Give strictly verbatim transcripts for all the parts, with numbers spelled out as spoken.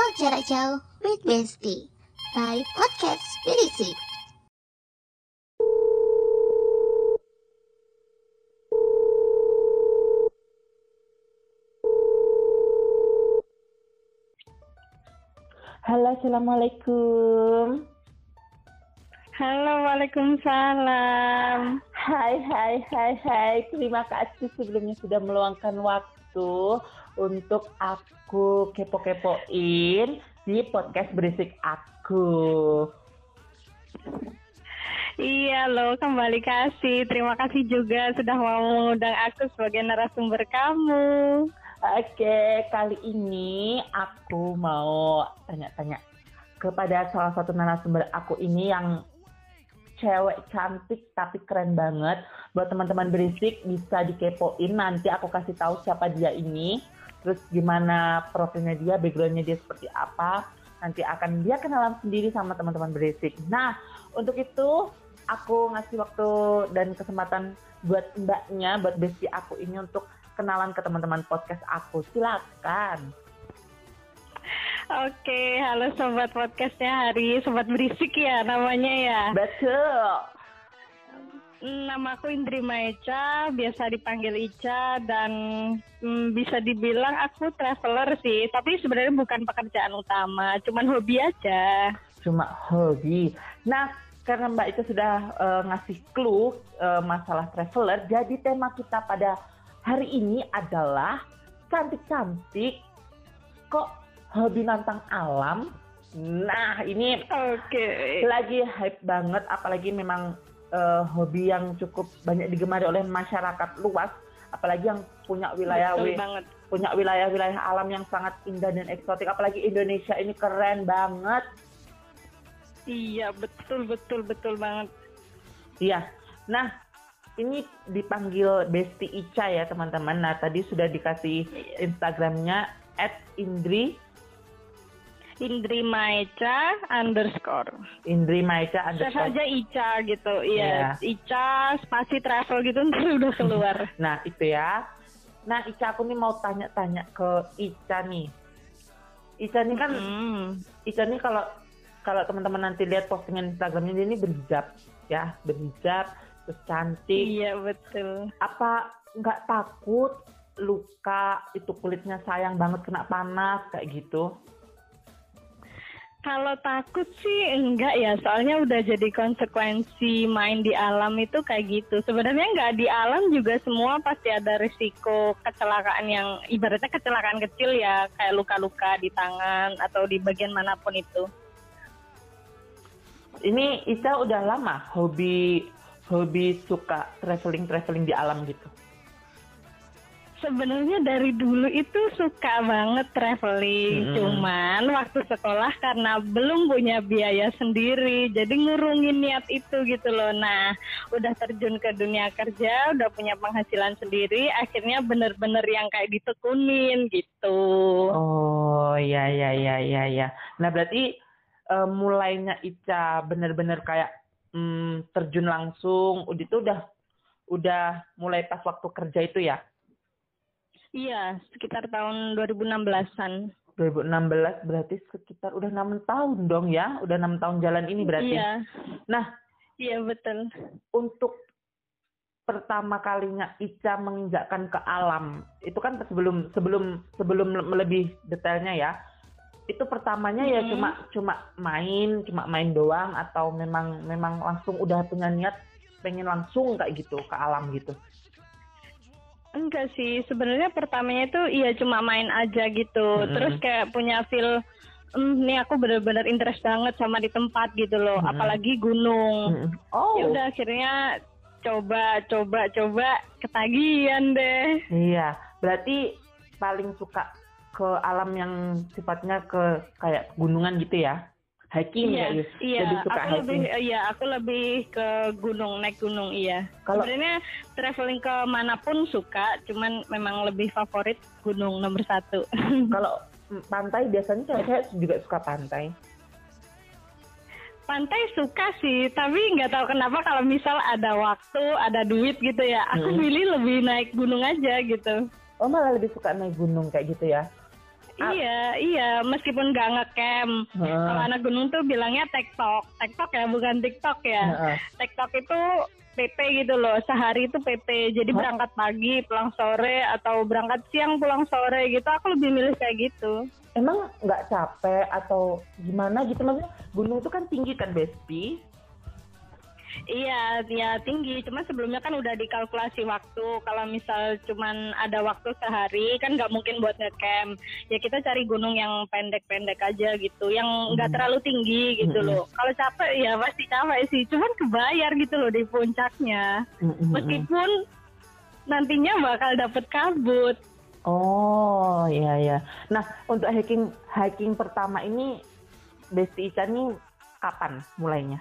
Ngobrol jarak jauh with Besti by Podcast Berisik. Halo, assalamualaikum. Halo, waalaikumsalam. Hai, hai, hai, hai. Terima kasih sebelumnya sudah meluangkan waktu untuk aku kepo-kepoin di podcast berisik aku. Iya loh, kembali kasih. Terima kasih juga sudah mau mengundang aku sebagai narasumber kamu. Oke, kali ini aku mau tanya-tanya kepada salah satu narasumber aku ini yang cewek cantik tapi keren banget. Buat teman-teman berisik bisa dikepoin, nanti aku kasih tahu siapa dia ini, terus gimana profilnya dia, backgroundnya dia seperti apa. Nanti akan dia kenalan sendiri sama teman-teman berisik. Nah, untuk itu aku ngasih waktu dan kesempatan buat mbaknya, buat bestie aku ini untuk kenalan ke teman-teman podcast aku. Silakan. Oke, halo sobat podcastnya Hari, sobat berisik ya namanya ya. Betul. Nama aku Indri Maecha, biasa dipanggil Ica, dan hmm, bisa dibilang aku traveler sih. Tapi sebenarnya bukan pekerjaan utama, cuman hobi aja. Cuma hobi. Nah, karena Mbak itu sudah uh, ngasih clue uh, masalah traveler, jadi tema kita pada hari ini adalah cantik-cantik kok hobi nantang alam. Nah, ini okay. lagi hype banget, apalagi memang uh, hobi yang cukup banyak digemari oleh masyarakat luas, apalagi yang punya wilayah wi- punya wilayah-wilayah alam yang sangat indah dan eksotik, apalagi Indonesia ini keren banget. Iya, betul betul betul banget. Iya. Nah, ini dipanggil Besti Ica ya teman-teman. Nah, tadi sudah dikasih Instagramnya at Indri Indri Maecha underscore. Indri Maecha underscore. Saya saja Ica gitu, iya. Yeah. Ica spasi travel gitu ntar udah keluar. Nah itu ya. Nah Ica, aku nih mau tanya-tanya ke Ica nih. Ica nih kan, mm. Ica nih kalau kalau teman-teman nanti lihat postingan Instagramnya dia ini berhijab, ya berhijab, terus cantik. Iya betul. Apa nggak takut luka, itu kulitnya sayang banget kena panas kayak gitu? Kalau takut sih enggak ya, soalnya udah jadi konsekuensi main di alam itu kayak gitu. Sebenarnya enggak di alam juga semua pasti ada risiko kecelakaan yang ibaratnya kecelakaan kecil ya, kayak luka-luka di tangan atau di bagian manapun itu. Ini Ica udah lama hobi hobi suka traveling-traveling di alam gitu? Sebenarnya dari dulu itu suka banget traveling, hmm. cuman waktu sekolah karena belum punya biaya sendiri, jadi ngurungin niat itu gitu loh. Nah, udah terjun ke dunia kerja, udah punya penghasilan sendiri, akhirnya bener-bener yang kayak ditekunin gitu. Oh, ya ya ya ya ya. Nah, berarti uh, mulainya Ica bener-bener kayak um, terjun langsung, itu udah udah mulai pas waktu kerja itu ya? Iya, sekitar tahun dua ribu enam belasan. dua ribu enam belas berarti sekitar udah enam tahun dong ya? Udah enam tahun jalan ini berarti? Iya. Nah, iya betul. Untuk pertama kalinya Ica menginjakkan ke alam, itu kan sebelum sebelum sebelum lebih detailnya ya. Itu pertamanya hmm. ya cuma cuma main, cuma main doang atau memang memang langsung udah punya niat pengen langsung kayak gitu ke alam gitu? Enggak sih, sebenarnya pertamanya itu iya cuma main aja gitu. Mm-hmm. Terus kayak punya feel, mm, nih aku benar-benar interest banget sama di tempat gitu loh, mm-hmm. apalagi gunung. Mm-hmm. Oh. Ya udah akhirnya coba, coba, coba ketagihan deh. Iya, berarti paling suka ke alam yang sifatnya ke kayak gunungan gitu ya? Hiking iya, ya, iya. Lebih suka aku hiking. Lebih, iya, aku lebih ke gunung, naik gunung, iya. Kalau sebenarnya traveling ke manapun suka, cuman memang lebih favorit gunung nomor satu. Kalau pantai biasanya cewek-cewek juga suka pantai. Pantai suka sih, tapi nggak tahu kenapa kalau misal ada waktu, ada duit gitu ya, aku hmm. pilih lebih naik gunung aja gitu. Oh, malah lebih suka naik gunung kayak gitu ya? Iya, iya, meskipun nggak ngecamp. Heeh. Kalau anak gunung tuh bilangnya TikTok. TikTok ya, bukan TikTok ya. Heeh. TikTok itu P P gitu loh, sehari itu P P. Jadi Hah? berangkat pagi, pulang sore, atau berangkat siang, pulang sore gitu. Aku lebih milih kayak gitu. Emang nggak capek atau gimana gitu? Maksudnya gunung itu kan tinggi kan, Besti? Iya, ya tinggi. Cuma sebelumnya kan udah dikalkulasi waktu. Kalau misal cuman ada waktu sehari, kan nggak mungkin buat ngecamp. Ya kita cari gunung yang pendek-pendek aja gitu, yang nggak Mhm. terlalu tinggi gitu Mhm. loh. Kalau capek ya pasti capek sih. Cuman kebayar gitu loh di puncaknya. Mm-mm. Meskipun nantinya bakal dapet kabut. Oh, iya ya. Nah, untuk hiking hiking pertama ini Besti Ica nih kapan mulainya?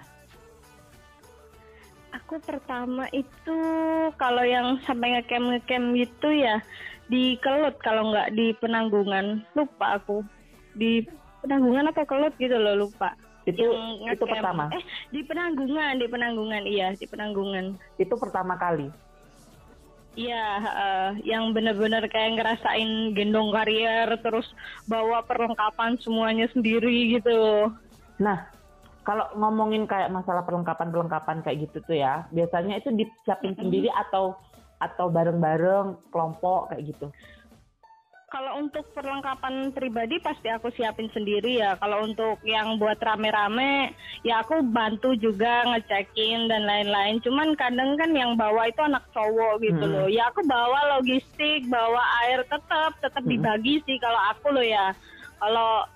Aku pertama itu kalau yang sampai ngecamp ngecamp gitu ya di Kelut, kalau nggak di Penanggungan, lupa aku di Penanggungan atau Kelut gitu loh, lupa. Itu Yang itu ngecamp- pertama. Eh di Penanggungan, di Penanggungan iya di Penanggungan. Itu pertama kali. Iya, eh, yang bener-bener kayak ngerasain gendong karier terus bawa perlengkapan semuanya sendiri gitu. Nah, kalau ngomongin kayak masalah perlengkapan-perlengkapan kayak gitu tuh ya, biasanya itu disiapin sendiri atau atau bareng-bareng kelompok kayak gitu. Kalau untuk perlengkapan pribadi pasti aku siapin sendiri ya. Kalau untuk yang buat rame-rame, ya aku bantu juga ngecekin dan lain-lain. Cuman kadang kan yang bawa itu anak cowok gitu Hmm. loh. Ya aku bawa logistik, bawa air tetap, tetap Hmm. dibagi sih kalau aku loh ya. Kalau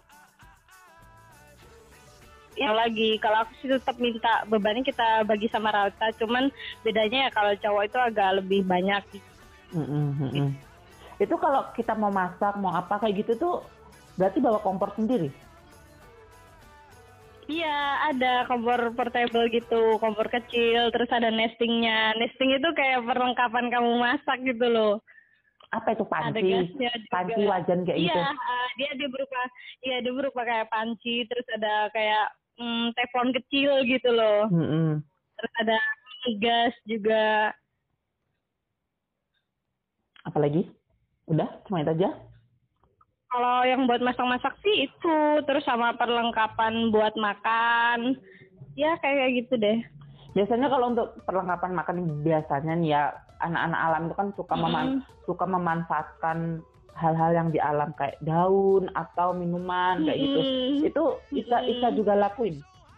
yang lagi, kalau aku sih tetap minta bebannya kita bagi sama rata. Cuman bedanya ya kalau cowok itu agak lebih banyak. Mm-mm, mm-mm. Itu kalau kita mau masak, mau apa kayak gitu tuh berarti bawa kompor sendiri? Iya, ada kompor portable gitu, kompor kecil, terus ada nestingnya. Nesting itu kayak perlengkapan kamu masak gitu loh. Apa itu Ada panci? gasnya juga. Panci, wajan kayak Iya, gitu? uh, dia dia berupa, iya dia berupa kayak panci, terus ada kayak mm, teflon kecil gitu loh. Mm-mm. Terus ada gas juga. Apalagi? Udah, cuma itu aja? Kalau yang buat masak-masak sih itu, terus sama perlengkapan buat makan. Ya kayak gitu deh. Biasanya kalau untuk perlengkapan makan biasanya nih ya, anak-anak alam itu kan suka meman- Mm. suka memanfaatkan hal-hal yang di alam kayak daun atau minuman kayak gitu. Mm-mm. Itu Ica, Ica juga lakuin?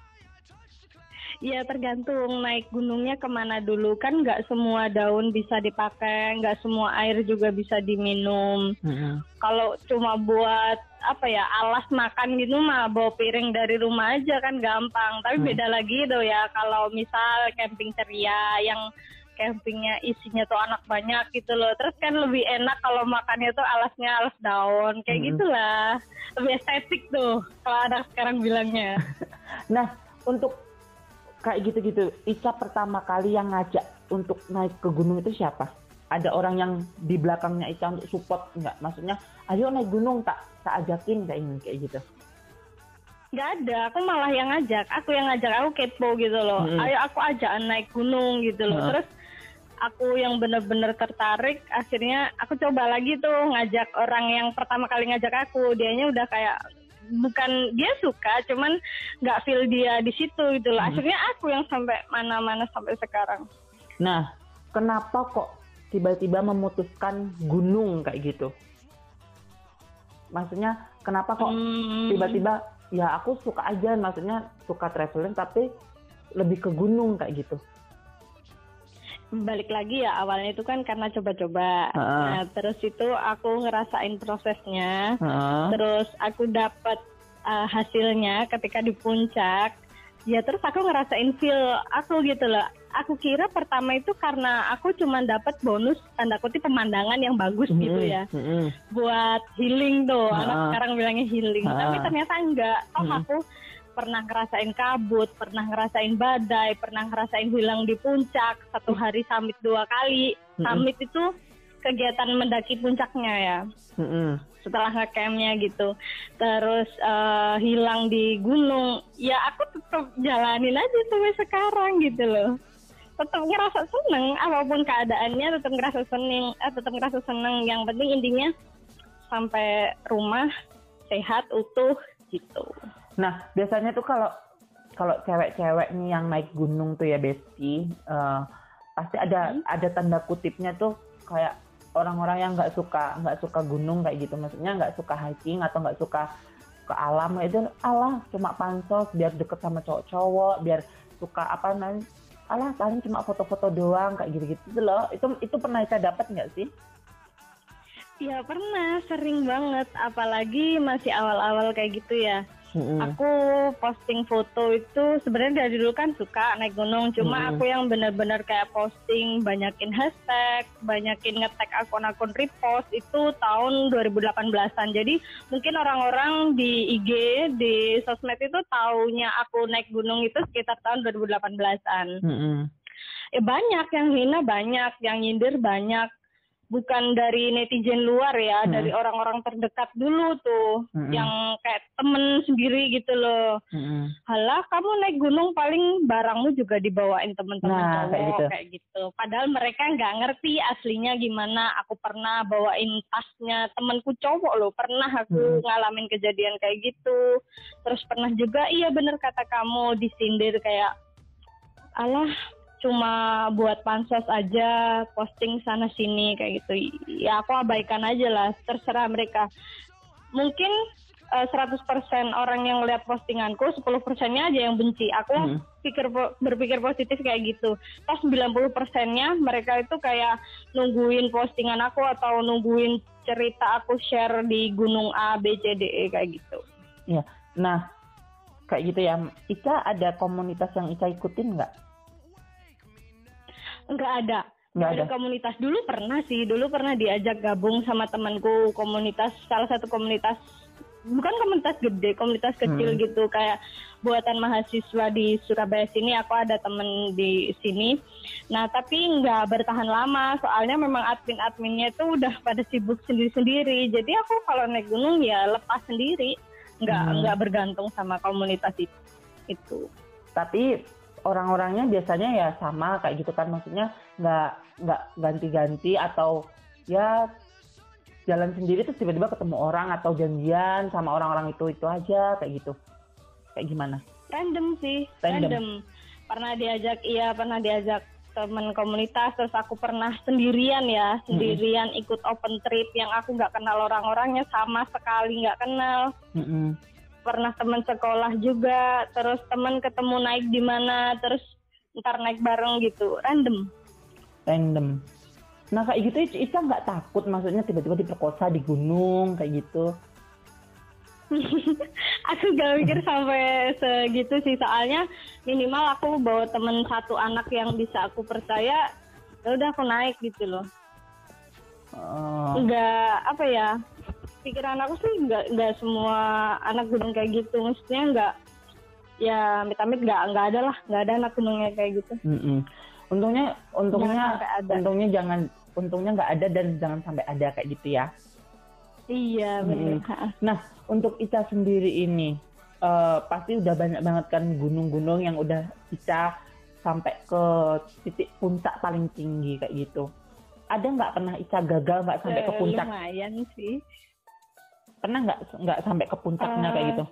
Ya tergantung naik gunungnya kemana dulu. Kan nggak semua daun bisa dipakai, nggak semua air juga bisa diminum. Mm-mm. Kalau cuma buat apa ya alas makan gitu mah bawa piring dari rumah aja kan gampang. Tapi Hmm. beda lagi tuh ya kalau misal camping ceria yang campingnya isinya tuh anak banyak gitu loh. Terus kan lebih enak kalau makannya tuh alasnya alas daun kayak Hmm. gitulah. Lebih estetik tuh kalau anak sekarang bilangnya. Nah, untuk kayak gitu-gitu, Ica pertama kali yang ngajak untuk naik ke gunung itu siapa? Ada orang yang di belakangnya Ica untuk support nggak? Maksudnya, ayo naik gunung, tak tak ajakin kayak ini kayak gitu. Nggak ada, aku malah yang ngajak. Aku yang ngajak, aku kepo gitu loh. Mm-mm. Ayo aku ajakan naik gunung gitu loh. Mm. Terus aku yang bener-bener tertarik, akhirnya aku coba lagi tuh ngajak orang yang pertama kali ngajak aku. Dianya udah kayak, bukan dia suka, cuman nggak feel dia di situ gitu loh. Mm. Akhirnya aku yang sampai mana-mana sampai sekarang. Nah, kenapa kok tiba-tiba memutuskan gunung kayak gitu? Maksudnya, kenapa kok Hmm. tiba-tiba, ya aku suka aja, maksudnya suka traveling tapi lebih ke gunung kayak gitu. Balik lagi ya, awalnya itu kan karena coba-coba. Heeh. Nah, terus itu aku ngerasain prosesnya. Heeh. Terus aku dapat uh, hasilnya ketika di puncak. Ya terus aku ngerasain feel aku gitu loh. Aku kira pertama itu karena aku cuma dapat bonus tanda kutip pemandangan yang bagus gitu Mm-mm. ya. Mm-mm. Buat healing tuh. Ah. Anak sekarang bilangnya healing. Ah. Tapi ternyata enggak. Oh Mm. aku pernah ngerasain kabut, pernah ngerasain badai, pernah ngerasain hilang di puncak. Satu hari summit dua kali. Mm-mm. Summit itu kegiatan mendaki puncaknya ya. Mm-mm. Setelah ngecampnya gitu, terus uh, hilang di gunung, ya aku tetap jalanin aja sampai sekarang gitu loh. Tetap ngerasa seneng, apapun keadaannya tetap ngerasa seneng, eh, tetap ngerasa seneng. Yang penting intinya sampai rumah sehat utuh gitu. Nah, biasanya tuh kalau kalau cewek-cewek nih yang naik gunung tuh ya Besti, uh, pasti ada hmm. ada tanda kutipnya tuh kayak orang-orang yang nggak suka nggak suka gunung kayak gitu, maksudnya nggak suka hiking atau nggak suka ke alam itu, alah cuma pansos biar deket sama cowok-cowok, biar suka apa namanya, alah paling cuma foto-foto doang kayak gitu-gitu loh. Itu itu pernah Ica dapat nggak sih? Ya pernah, sering banget, apalagi masih awal-awal kayak gitu ya. Mm-hmm. Aku posting foto itu sebenarnya dari dulu kan suka naik gunung, cuma mm-hmm. aku yang benar-benar kayak posting, banyakin hashtag, banyakin nge-tag akun-akun repost itu tahun dua ribu delapan belasan. Jadi mungkin orang-orang di I G, di sosmed itu taunya aku naik gunung itu sekitar tahun dua ribu delapan belasan. Mm-hmm. Ya banyak yang hina, banyak yang nyindir, banyak. Bukan dari netizen luar ya, hmm. dari orang-orang terdekat dulu tuh, hmm. yang kayak temen sendiri gitu loh. Hmm. Halah, kamu naik gunung paling barangmu juga dibawain teman-teman nah, cowok kayak gitu. kayak gitu. Padahal mereka nggak ngerti aslinya gimana. Aku pernah bawain tasnya temanku cowok loh, pernah aku hmm. ngalamin kejadian kayak gitu. Terus pernah juga, iya bener kata kamu, disindir kayak, alah, cuma buat pansos aja, posting sana sini kayak gitu. Ya aku abaikan aja lah, terserah mereka. Mungkin uh, seratus persen orang yang lihat postinganku, sepuluh persennya aja yang benci. Aku hmm. pikir berpikir positif kayak gitu. Pas sembilan puluh persennya mereka itu kayak nungguin postingan aku atau nungguin cerita aku share di gunung A, B, C, D, E kayak gitu. Iya. Nah, kayak gitu ya. Ica ada komunitas yang Ica ikutin nggak? Nggak ada. Nggak ada. Komunitas dulu pernah sih, dulu pernah diajak gabung sama temanku komunitas, salah satu komunitas, bukan komunitas gede, komunitas kecil hmm. gitu, kayak buatan mahasiswa di Surabaya sini. Aku ada temen di sini. Nah tapi nggak bertahan lama, soalnya memang admin-adminnya itu udah pada sibuk sendiri-sendiri. Jadi aku kalau naik gunung ya lepas sendiri, nggak hmm. nggak bergantung sama komunitas itu. itu. Tapi orang-orangnya biasanya ya sama kayak gitu kan, maksudnya nggak nggak ganti-ganti atau ya jalan sendiri terus tiba-tiba ketemu orang atau janjian sama orang-orang itu itu aja kayak gitu, kayak gimana? Random sih, random. random. Pernah diajak, iya pernah diajak teman komunitas, terus aku pernah sendirian ya, sendirian mm-hmm. ikut open trip yang aku nggak kenal orang-orangnya sama sekali, nggak kenal. Mm-hmm. Pernah teman sekolah juga, terus teman ketemu naik di mana, terus ntar naik bareng gitu, random. Random. Nah kayak gitu Ica nggak takut, maksudnya tiba-tiba diperkosa di gunung kayak gitu? Aku gak mikir sampai segitu sih, soalnya minimal aku bawa temen satu anak yang bisa aku percaya, ya udah aku naik gitu loh. Oh. Nggak apa ya? Pikiran aku sih nggak nggak semua anak gunung kayak gitu, maksudnya nggak ya amit-amit nggak nggak ada lah, nggak ada anak gunungnya kayak gitu. Mm-mm. Untungnya untungnya untungnya jangan untungnya nggak ada dan jangan sampai ada kayak gitu ya. Iya benar. Mm-hmm. Nah untuk Ica sendiri ini uh, pasti udah banyak banget kan gunung-gunung yang udah Ica sampai ke titik puncak paling tinggi kayak gitu. Ada nggak pernah Ica gagal nggak sampai ke puncak? Lumayan sih. Pernah nggak nggak sampai ke puncaknya uh, kayak gitu?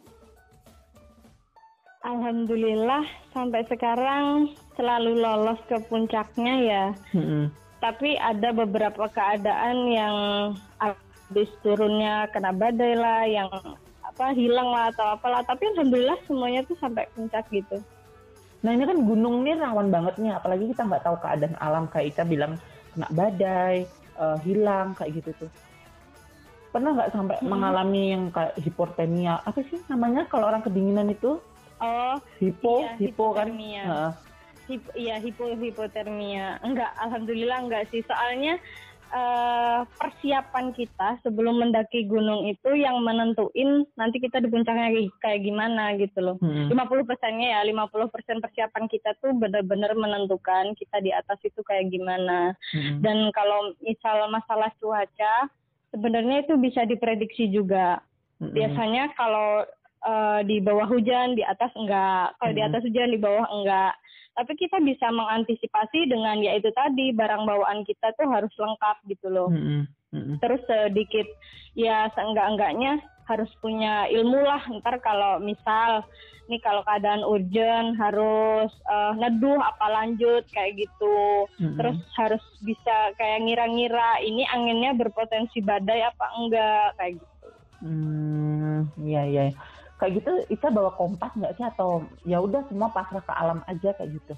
Alhamdulillah sampai sekarang selalu lolos ke puncaknya ya. Mm-hmm. Tapi ada beberapa keadaan yang habis turunnya kena badai lah, yang apa hilang lah atau apalah. Tapi alhamdulillah semuanya tuh sampai puncak gitu. Nah ini kan gunung ini rawan banget nih, apalagi kita nggak tahu keadaan alam kayak Ica bilang kena badai, uh, hilang kayak gitu tuh. Pernah nggak sampai hmm. mengalami yang kayak hipotermia? Apa sih namanya kalau orang kedinginan itu? Oh, hipo, iya, hipo kan? Uh. Hip, iya, hipo hipotermia. Enggak, alhamdulillah enggak sih. Soalnya uh, persiapan kita sebelum mendaki gunung itu yang menentuin nanti kita di puncaknya kayak gimana gitu loh. Hmm. lima puluh persennya ya, lima puluh persen persiapan kita tuh benar-benar menentukan kita di atas itu kayak gimana. Hmm. Dan kalau misal masalah cuaca, sebenarnya itu bisa diprediksi juga. Mm-hmm. Biasanya kalau uh, di bawah hujan, di atas enggak. Kalau mm-hmm. di atas hujan, di bawah enggak. Tapi kita bisa mengantisipasi dengan ya itu tadi, barang bawaan kita tuh harus lengkap gitu loh. Mm-hmm. Mm-hmm. Terus sedikit ya seenggak-enggaknya harus punya ilmu lah. Ntar kalau misal nih kalau keadaan urgent harus uh, neduh apa lanjut kayak gitu. Mm-hmm. Terus harus bisa kayak ngira-ngira ini anginnya berpotensi badai apa enggak kayak gitu. Hmm, iya iya. Kayak gitu Ica bawa kompas nggak sih atau ya udah semua pasrah ke alam aja kayak gitu?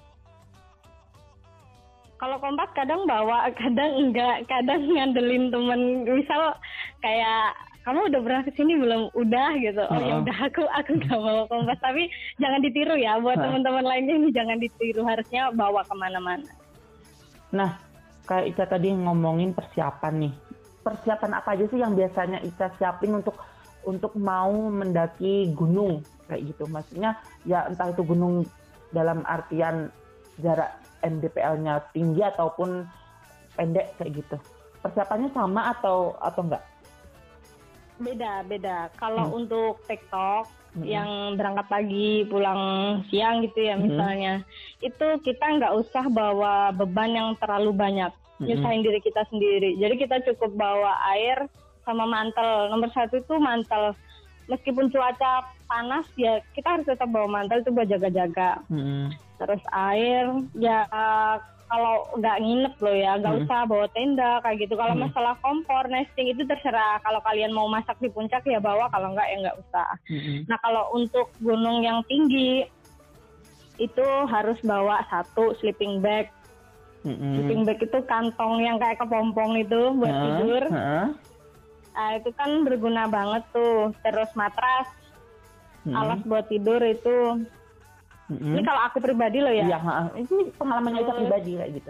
Kalau kompas kadang bawa, kadang enggak, kadang ngandelin temen. Misal kayak kamu udah pernah kesini belum? Udah gitu. Oh uh-huh. Ya udah aku aku nggak bawa kompas. Tapi jangan ditiru ya. Buat uh-huh. teman-teman lainnya ini jangan ditiru. Harusnya bawa kemana-mana. Nah, kayak Ica tadi ngomongin persiapan nih. Persiapan apa aja sih yang biasanya Ica siapin untuk untuk mau mendaki gunung kayak gitu? Maksudnya ya entah itu gunung dalam artian jarak M D P L-nya tinggi ataupun pendek kayak gitu. Persiapannya sama atau atau enggak? Beda, beda. Kalau hmm. untuk TikTok hmm. yang berangkat pagi, pulang siang gitu ya misalnya, hmm. itu kita nggak usah bawa beban yang terlalu banyak, hmm. nyusahin diri kita sendiri. Jadi kita cukup bawa air sama mantel. Nomor satu itu mantel. Meskipun cuaca panas ya kita harus tetap bawa mantel itu buat jaga-jaga. Hmm. Terus air, ya kalau nggak nginep loh ya, nggak hmm. usah bawa tenda kayak gitu. Kalau hmm. masalah kompor, nesting itu terserah. Kalau kalian mau masak di puncak ya bawa, kalau nggak ya nggak usah. Hmm. Nah kalau untuk gunung yang tinggi, itu harus bawa satu sleeping bag. Hmm. Sleeping bag itu kantong yang kayak kepompong itu buat hmm. tidur. Hmm. Nah itu kan berguna banget tuh. Terus matras, hmm. alas buat tidur itu. Mm-hmm. Ini kalau aku pribadi loh ya. Iya, ini pengalamannya Ica pribadi kayak gitu.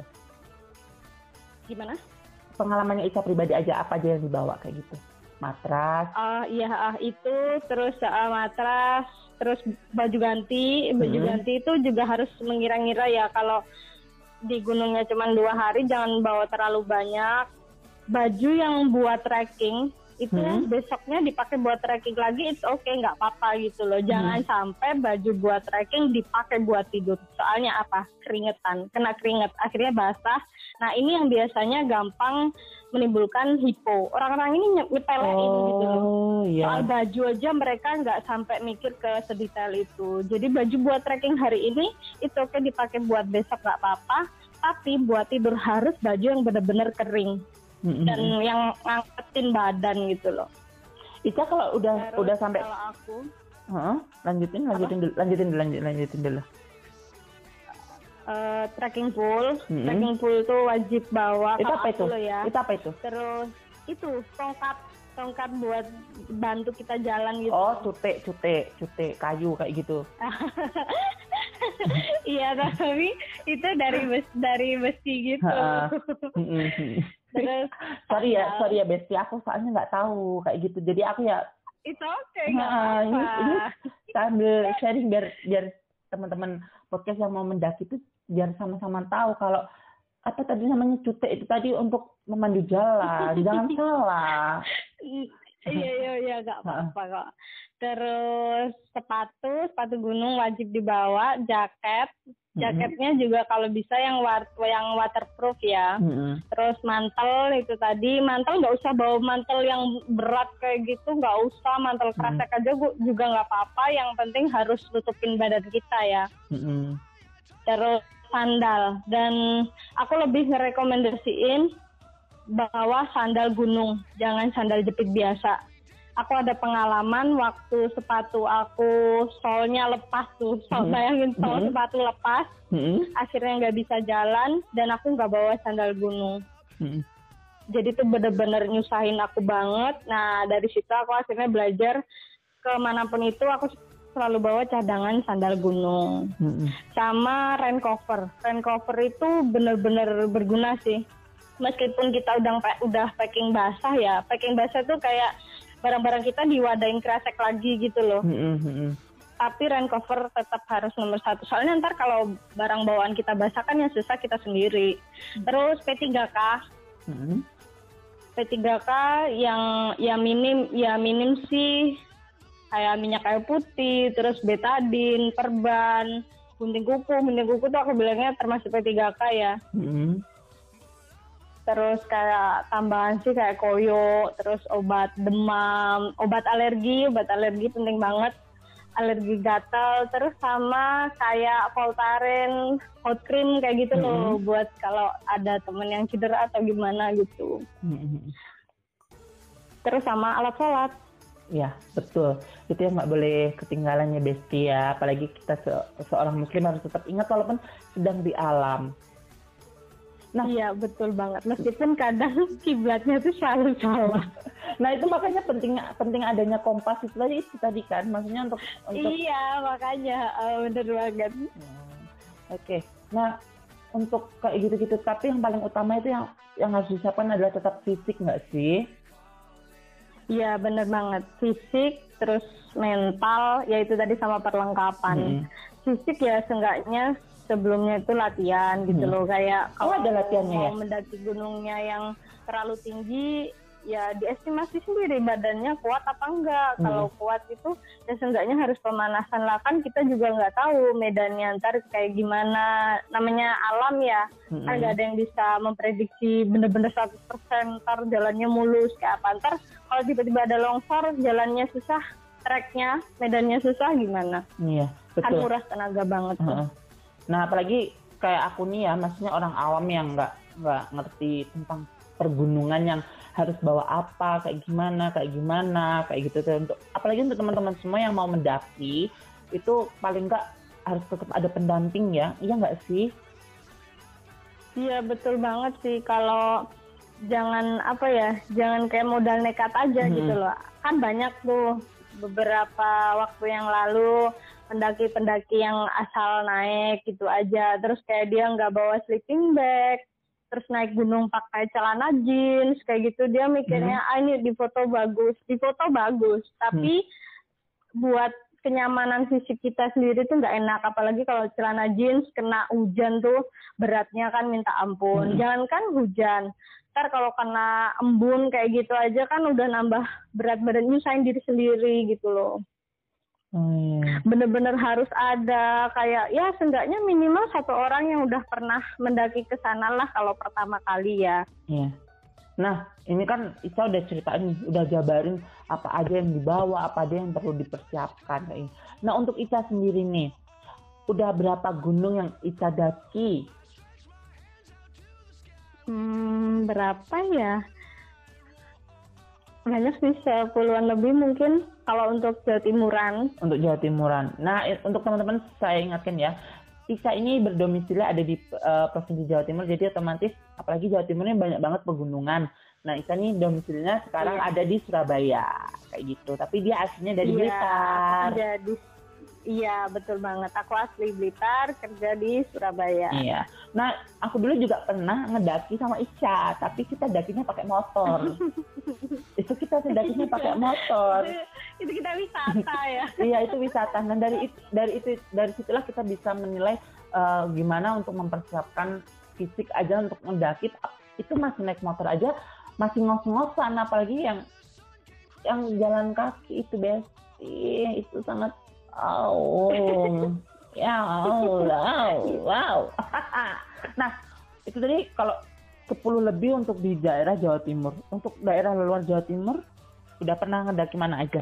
Gimana? Pengalamannya Ica pribadi aja, apa aja yang dibawa kayak gitu? Matras. Uh, iya, uh, itu terus uh, matras, terus baju ganti. Baju mm-hmm. ganti itu juga harus mengira-ngira ya kalau di gunungnya cuma dua hari jangan bawa terlalu banyak. Baju yang buat trekking itu hmm. besoknya dipakai buat trekking lagi, it's okay, nggak apa-apa gitu loh. Jangan hmm. sampai baju buat trekking dipakai buat tidur. Soalnya apa? Keringetan, kena keringet, akhirnya basah. Nah ini yang biasanya gampang menimbulkan hipo. Orang-orang ini nyepelein oh, gitu loh. Yeah. Soal baju aja mereka nggak sampai mikir ke sedetail itu. Jadi baju buat trekking hari ini itu okay dipakai buat besok nggak apa-apa. Tapi buat tidur harus baju yang benar-benar kering. Mm-hmm. Dan yang ngangkatin badan gitu loh. Ica kalau udah Terus udah sampai kalau aku huh? lanjutin lanjutin dulu, lanjutin dulu lanjutin, lanjutin dulu. Uh, trekking pool, mm-hmm. trekking pool itu wajib bawa. Itu apa itu? Ya. Itu apa itu? Terus itu tongkat tongkat buat bantu kita jalan gitu. Oh, cute, cute, cute kayu kayak gitu. Iya, tapi itu dari besi, dari besi gitu. Terus sorry ya, sorry ya Besti, aku soalnya nggak tahu kayak gitu. Jadi aku ya itu oke, okay, nah, ini, ini sambil sharing biar biar teman-teman podcast yang mau mendaki itu biar sama-sama tahu kalau apa tadi namanya cute itu tadi untuk memandu jalan. Jangan salah. Iya iya iya nggak apa-apa kok. Terus sepatu, sepatu gunung wajib dibawa, jaket, jaketnya mm-hmm. juga kalau bisa yang war- yang waterproof ya. Mm-hmm. Terus mantel itu tadi, mantel nggak usah bawa mantel yang berat kayak gitu, nggak usah mantel kresek mm-hmm. aja juga nggak apa-apa. Yang penting harus tutupin badan kita ya. Mm-hmm. Terus sandal, dan aku lebih ngerekomendasiin bawa sandal gunung, jangan sandal jepit biasa. Aku ada pengalaman waktu sepatu aku solnya lepas tuh, sol, bayangin sol mm-hmm. sepatu lepas, mm-hmm. akhirnya nggak bisa jalan dan aku nggak bawa sandal gunung. Mm-hmm. Jadi itu bener-bener nyusahin aku banget. Nah dari situ aku akhirnya belajar kemanapun itu aku selalu bawa cadangan sandal gunung, mm-hmm. sama rain cover. Rain cover itu bener-bener berguna sih. Meskipun kita udah udah packing basah ya, packing basah tuh kayak barang-barang kita diwadain kresek lagi gitu loh. Mm-hmm. Tapi rain cover tetap harus nomor satu. Soalnya ntar kalau barang bawaan kita basah kan yang susah kita sendiri. Terus P tiga K. Mm-hmm. P tiga K yang ya minim ya minim sih kayak minyak kayu putih, terus betadine, perban, gunting kuku. Gunting kuku tuh aku bilangnya termasuk P tiga K ya. Mm-hmm. Terus kayak tambahan sih kayak koyo, terus obat demam, obat alergi, obat alergi penting banget. Alergi gatal, terus sama kayak Voltaren, hot cream kayak gitu loh, Mm-hmm. buat kalau ada temen yang cedera atau gimana gitu. Mm-hmm. Terus sama alat sholat. Ya, betul. Itu yang nggak boleh ketinggalan ya, Besti ya. Apalagi kita se- seorang muslim harus tetap ingat walaupun sedang di alam. Nah, Iya betul banget, meskipun kadang kiblatnya tuh selalu salah. nah itu makanya penting penting adanya kompas itu tadi itu tadi kan, maksudnya untuk untuk Iya makanya, uh, bener banget. Hmm, Oke, nah untuk kayak gitu-gitu, tapi yang paling utama itu yang yang harus disiapkan adalah tetap fisik nggak sih? Iya bener banget, fisik, terus mental, yaitu tadi sama perlengkapan. Hmm. Fisik ya seenggaknya sebelumnya itu latihan gitu Hmm. loh, kayak Oh, kalau ada latihannya mau ya? mendaki gunungnya yang terlalu tinggi, ya diestimasi sendiri badannya kuat apa enggak. Hmm. Kalau kuat itu ya seenggaknya harus pemanasan lah, kan kita juga nggak tahu medannya ntar kayak gimana, namanya alam ya. Hmm. Kan nggak ada yang bisa memprediksi bener-bener seratus persen ntar jalannya mulus kayak apa. Ntar kalau tiba-tiba ada longsor, jalannya susah, treknya, medannya susah gimana? Iya, Kan betul. nguras tenaga banget tuh. Heeh. Nah, apalagi kayak aku nih ya, maksudnya orang awam yang nggak nggak ngerti tentang pergunungan yang harus bawa apa, kayak gimana, kayak gimana, kayak gitu. Untuk apalagi untuk teman-teman semua yang mau mendaki, itu paling nggak harus tetap ada pendamping ya, iya nggak sih? Iya betul banget sih, kalau jangan apa ya, jangan kayak modal nekat aja Hmm. gitu loh. Kan banyak tuh beberapa waktu yang lalu pendaki-pendaki yang asal naik gitu aja, terus kayak dia nggak bawa sleeping bag, terus naik gunung pakai celana jeans kayak gitu, dia mikirnya ah ini di foto bagus, di foto bagus, tapi buat kenyamanan fisik kita sendiri tuh nggak enak, apalagi kalau celana jeans kena hujan tuh beratnya kan minta ampun. Hmm. Jangankan hujan, ntar kalau kena embun kayak gitu aja kan udah nambah berat badan, nyusahin diri sendiri gitu loh. Hmm. Bener-bener harus ada kayak ya seenggaknya minimal satu orang yang udah pernah mendaki ke sana lah kalau pertama kali ya. Iya. Nah, ini kan Ica udah ceritain, udah jabarin apa aja yang dibawa, apa aja yang perlu dipersiapkan. Kayak ini. Nah, untuk Ica sendiri nih, udah berapa gunung yang Ica daki? Hmm, berapa ya? Banyak sih, sepuluhan lebih mungkin kalau untuk Jawa Timuran. Untuk Jawa Timuran. Nah, i- untuk teman-teman saya ingatkan ya, Ica ini berdomisili ada di uh, Provinsi Jawa Timur, jadi otomatis apalagi Jawa Timur ini banyak banget pegunungan. Nah, Ica ini domisilinya sekarang Iya. ada di Surabaya, kayak gitu. Tapi dia aslinya dari Iya, Blitar. jadi iya betul banget. Aku asli Blitar, kerja di Surabaya. Iya. Nah, aku dulu juga pernah ngedaki sama Ica, tapi kita dakinya pakai motor. Itu kita dakinya pakai motor. Itu, itu kita wisata ya. Iya, itu wisata. Nah, dari itu dari itu dari situlah kita bisa menilai eh, gimana untuk mempersiapkan fisik aja untuk mendaki. Itu masih naik motor aja masih ngos-ngosan, apalagi yang yang jalan kaki itu Besti, itu sangat oh ya wow wow. Nah, itu tadi kalau sepuluh lebih untuk di daerah Jawa Timur. Untuk daerah luar Jawa Timur udah pernah ngedaki mana aja?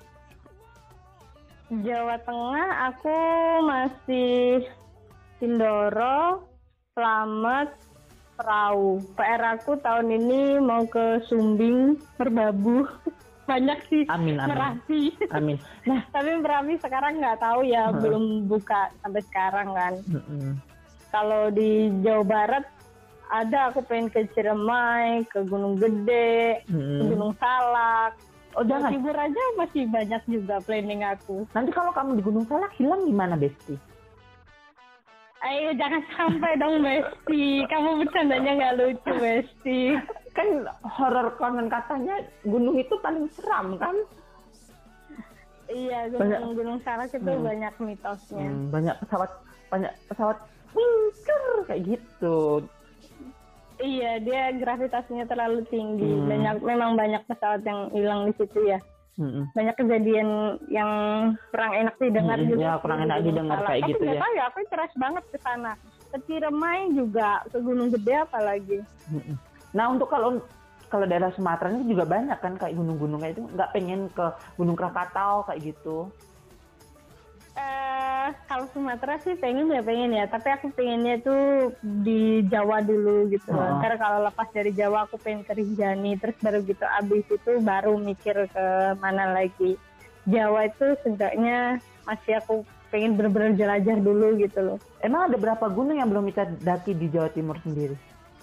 Jawa Tengah aku masih Sindoro, Slamet, Perahu. P R aku tahun ini mau ke Sumbing, Merbabu. Banyak sih. Amin, amin. Merapi. Amin. Nah, Tapi Merapi sekarang nggak tahu ya, Hmm. belum buka sampai sekarang kan. mm-mm. Kalau di Jawa Barat ada, aku pengen ke Ciremai, ke Gunung Gede, ke Mm-mm. Gunung Salak. Oh, Jawa jangan. Timur aja masih banyak juga planning aku. Nanti kalau kamu di Gunung Salak hilang gimana, Besti? Ayo jangan sampai dong Besti, kamu bercandanya nggak lucu Besti. Kan horor konon katanya gunung itu paling seram kan? Iya, Banyak- Gunung Gunung Salak itu Hmm. banyak mitosnya. Hmm, banyak pesawat banyak pesawat pinker kayak gitu. Iya, dia gravitasinya terlalu tinggi. Hmm. Banyak, memang banyak pesawat yang hilang di situ ya. Mm-mm. Banyak kejadian yang kurang enak didengar Hmm, juga. ya, kurang di enak Gunung didengar Salak. kayak Tapi gitu nggak ya. tahu ya, aku interest banget ke sana. Ke Ciremai juga, ke Gunung Gede apalagi. Mm-mm. Nah untuk kalau kalau daerah Sumatera ini juga banyak kan kayak gunung-gunungnya itu, nggak pengen ke Gunung Krakatau kayak gitu? Eh, kalau Sumatera sih pengen ya pengen ya, tapi aku pengennya tuh di Jawa dulu gitu. Oh. Karena kalau lepas dari Jawa aku pengen ke Rinjani, terus baru gitu abis itu baru mikir ke mana lagi. Jawa itu seenggaknya masih aku pengen bener-bener jelajah dulu gitu loh. Emang ada berapa gunung yang belum kita daki di Jawa Timur sendiri?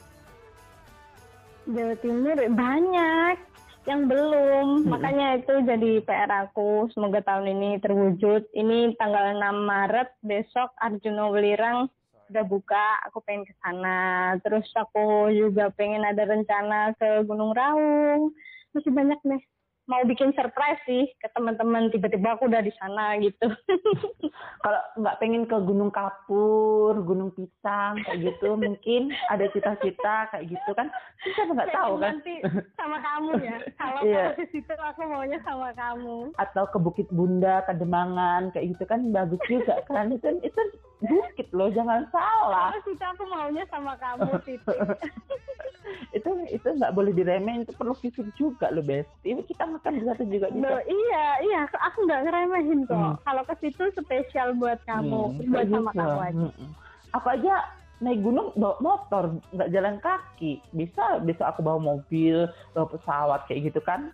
Jawa Timur banyak yang belum, Hmm. makanya itu jadi P R aku. Semoga tahun ini terwujud. Ini tanggal enam Maret, besok Arjuna Welirang udah buka, aku pengen ke sana. Terus aku juga pengen ada rencana ke Gunung Raung. Masih banyak nih. Mau bikin surprise sih ke teman-teman, tiba-tiba aku udah di sana gitu. Kalau nggak pengen ke Gunung Kapur, Gunung Pisang kayak gitu, mungkin ada cita-cita kayak gitu kan? Kita nggak tahu kan? Nanti sama kamu ya. Kalau Iya. kamu ke situ aku maunya sama kamu. Atau ke Bukit Bunda, Kademangan kayak gitu kan bagus juga kan? Itu itu bukit loh, jangan salah. Kalau situ aku maunya sama kamu Titi. itu itu nggak boleh diremehin, itu perlu fisik juga loh Besti. Kita makan di satu juga bisa. Loh, iya, iya, aku nggak ngeremehin kok. Hmm. Kalau ke situ spesial buat kamu, Hmm, buat kayak sama gitu. kamu aja. Mm-mm. Aku aja naik gunung bawa motor, nggak jalan kaki. Bisa, bisa aku bawa mobil, bawa pesawat kayak gitu kan?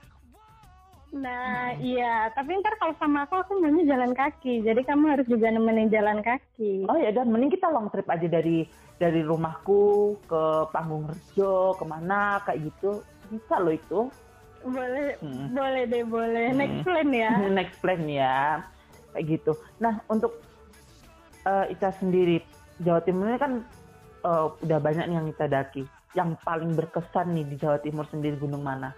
Nah, iya, tapi ntar kalau sama aku, aku maunya jalan kaki. Jadi kamu harus juga nemenin jalan kaki. Oh ya, dan mending kita long trip aja dari dari rumahku ke Panggung Rejo, kemana kayak gitu. Bisa loh itu. Boleh, Hmm. boleh deh, boleh. Next plan ya. Next plan ya, kayak gitu. Nah untuk uh, Ica sendiri, Jawa Timur ini kan uh, udah banyak nih yang Ica daki. Yang paling berkesan nih di Jawa Timur sendiri gunung mana?